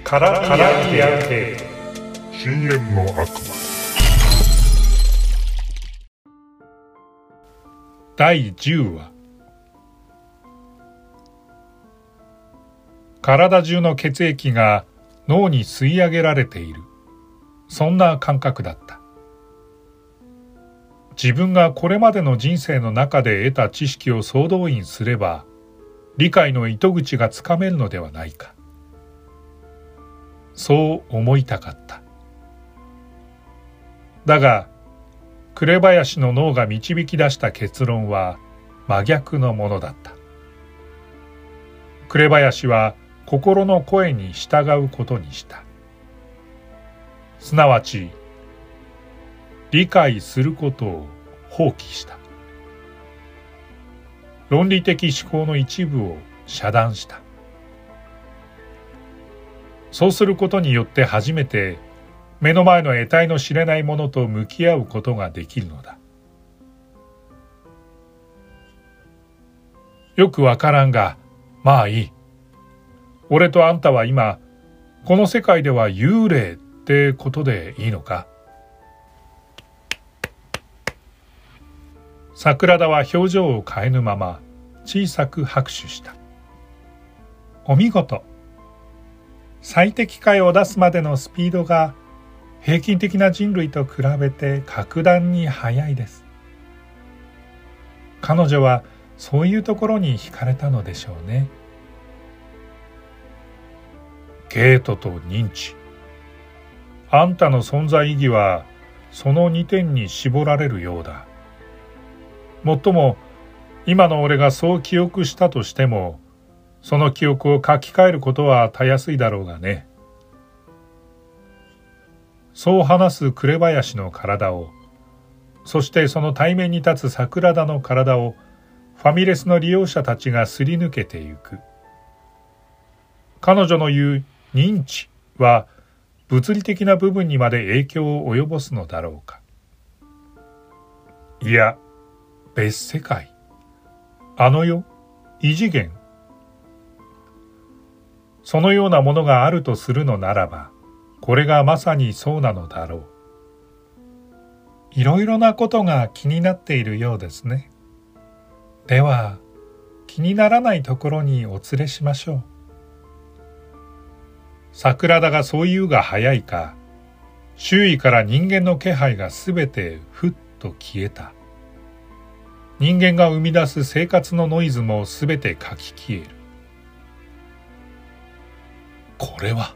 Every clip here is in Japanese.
絡み合う程度。 深淵の悪魔。 第10話。体中の血液が脳に吸い上げられている、そんな感覚だった。自分がこれまでの人生の中で得た知識を総動員すれば、理解の糸口がつかめるのではないか。そう思いたかった。だが、紅林の脳が導き出した結論は真逆のものだった。紅林は心の声に従うことにした。すなわち、理解することを放棄した。論理的思考の一部を遮断した。そうすることによって初めて目の前の得体の知れないものと向き合うことができるのだ。よくわからんが、まあいい。俺とあんたは今、この世界では幽霊ってことでいいのか？桜田は表情を変えぬまま小さく拍手した。お見事。最適解を出すまでのスピードが平均的な人類と比べて格段に速いです。彼女はそういうところに惹かれたのでしょうね。ゲートと認知。あんたの存在意義はその2点に絞られるようだ。もっとも今の俺がそう記憶したとしても、その記憶を書き換えることはたやすいだろうがね。そう話す紅林の体を、そしてその対面に立つ桜田の体をファミレスの利用者たちがすり抜けてゆく。彼女の言う認知は物理的な部分にまで影響を及ぼすのだろうか。いや、別世界。あの世、異次元。そのようなものがあるとするのならば、これがまさにそうなのだろう。いろいろなことが気になっているようですね。では、気にならないところにお連れしましょう。桜田がそう言うが早いか、周囲から人間の気配がすべてふっと消えた。人間が生み出す生活のノイズもすべて書き消える。これは。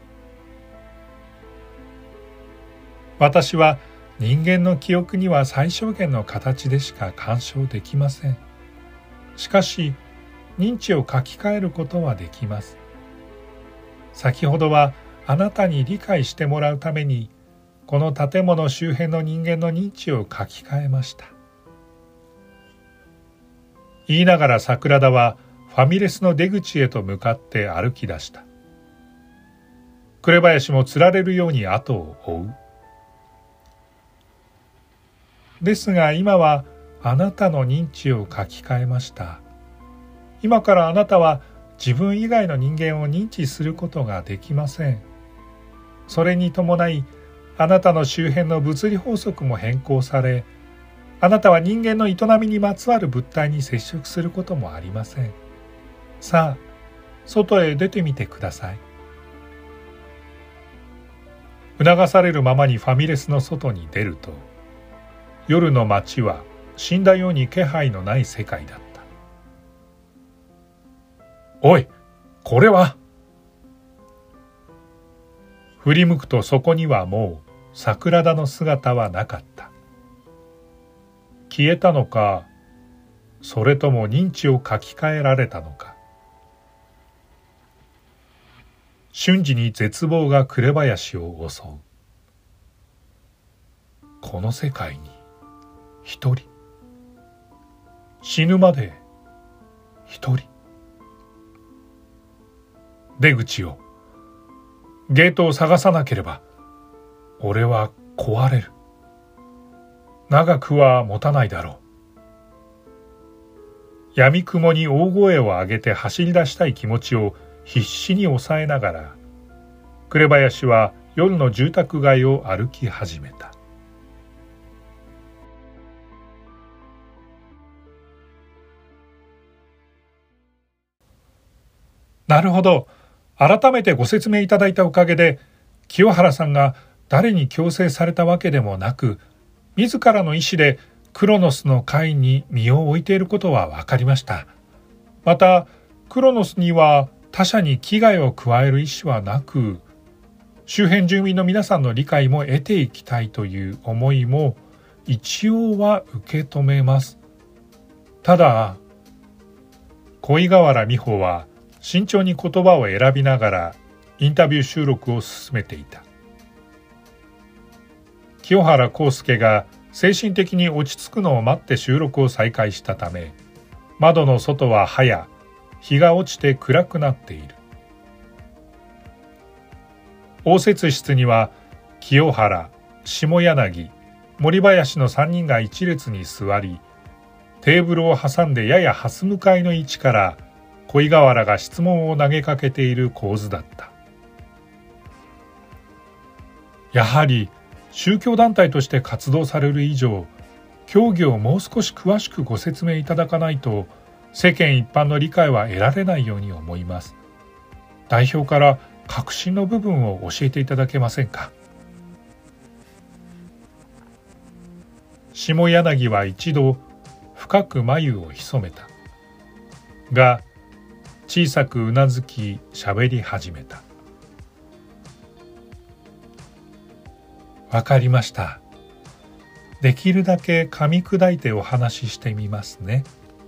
私は人間の記憶には最小限の形でしか干渉できません。しかし、認知を書き換えることはできます。先ほどはあなたに理解してもらうために、この建物周辺の人間の認知を書き換えました。言いながら桜田はファミレスの出口へと向かって歩き出した。紅林もつられるように後を追う。ですが今はあなたの認知を書き換えました。今からあなたは自分以外の人間を認知することができません。それに伴い、あなたの周辺の物理法則も変更され、あなたは人間の営みにまつわる物体に接触することもありません。さあ、外へ出てみてください。促されるままにファミレスの外に出ると、夜の街は死んだように気配のない世界だった。おい、これは。振り向くとそこにはもう桜田の姿はなかった。消えたのか、それとも認知を書き換えられたのか。瞬時に絶望が紅林を襲う。この世界に一人、死ぬまで一人。出口を、ゲートを探さなければ、俺は壊れる。長くは持たないだろう。闇雲に大声を上げて走り出したい気持ちを必死に抑えながら、 紅林は夜の住宅街を歩き始めた。なるほど。改めてご説明いただいたおかげで、清原さんが誰に強制されたわけでもなく、自らの意思でクロノスの会に身を置いていることは分かりました。また、クロノスには他者に危害を加える意思はなく、周辺住民の皆さんの理解も得ていきたいという思いも一応は受け止めます。ただ、恋河原美穂は慎重に言葉を選びながらインタビュー収録を進めていた。清原康介が精神的に落ち着くのを待って収録を再開したため、窓の外は早日が落ちて暗くなっている。応接室には清原、下柳、森林の3人が一列に座り、テーブルを挟んでやや蓮向かいの位置から恋河原が質問を投げかけている構図だった。やはり宗教団体として活動される以上、教義をもう少し詳しくご説明いただかないと世間一般の理解は得られないように思います。代表から核心の部分を教えていただけませんか。下柳は一度深く眉を潜めたが、小さくうなずき喋り始めた。わかりました。できるだけ噛み砕いてお話ししてみますね。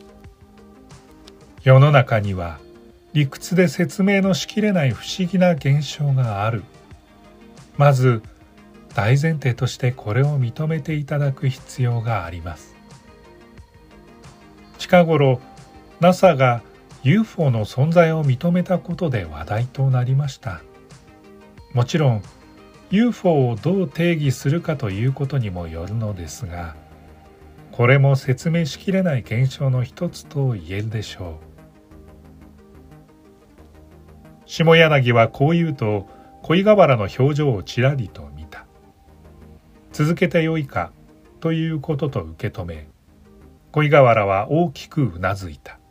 世の中には理屈で説明のしきれない不思議な現象がある。まず大前提としてこれを認めていただく必要があります。近頃 NASA が UFO の存在を認めたことで話題となりました。もちろん UFO をどう定義するかということにもよるのですが、これも説明しきれない現象の一つと言えるでしょう。下柳はこう言うと恋河原の表情をちらりと見た。続けてよいかということと受け止め、恋河原は大きくうなずいた。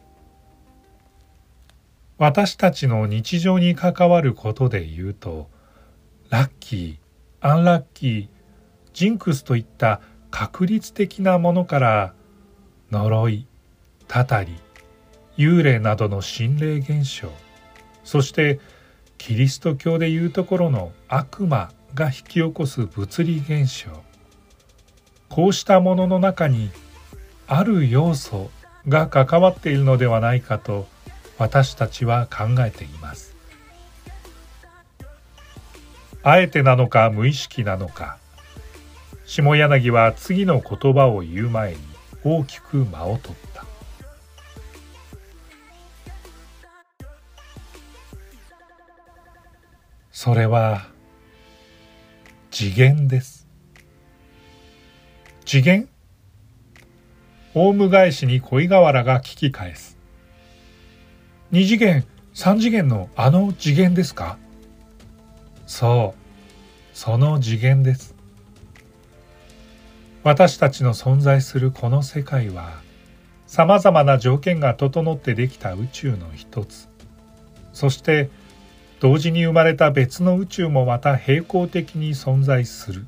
私たちの日常に関わることで言うと、ラッキー、アンラッキー、ジンクスといった確率的なものから、呪い、たたり、幽霊などの心霊現象、そしてキリスト教でいうところの悪魔が引き起こす物理現象、こうしたものの中にある要素が関わっているのではないかと私たちは考えています。あえてなのか無意識なのか、下柳は次の言葉を言う前に大きく間を取った。それは次元です。次元？オウム返しに恋河原が聞き返す。2次元、3次元のあの次元ですか？そう、その次元です。私たちの存在するこの世界は、さまざまな条件が整ってできた宇宙の一つ。そして、同時に生まれた別の宇宙もまた並行的に存在する。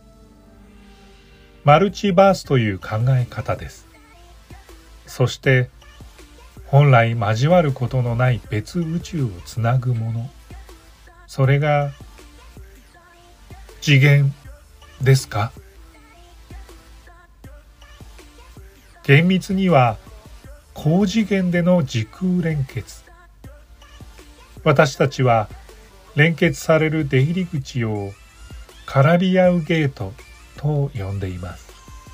マルチバースという考え方です。そして、本来交わることのない別宇宙をつなぐもの。それが、次元ですか？厳密には、高次元での時空連結。私たちは連結される出入り口を絡み合うゲートと呼んでいます。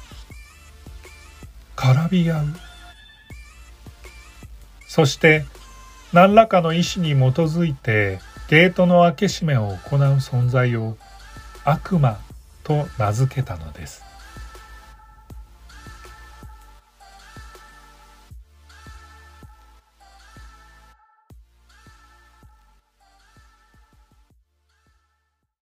絡み合う。そして何らかの意志に基づいてゲートの開け閉めを行う存在を悪魔と名付けたのです。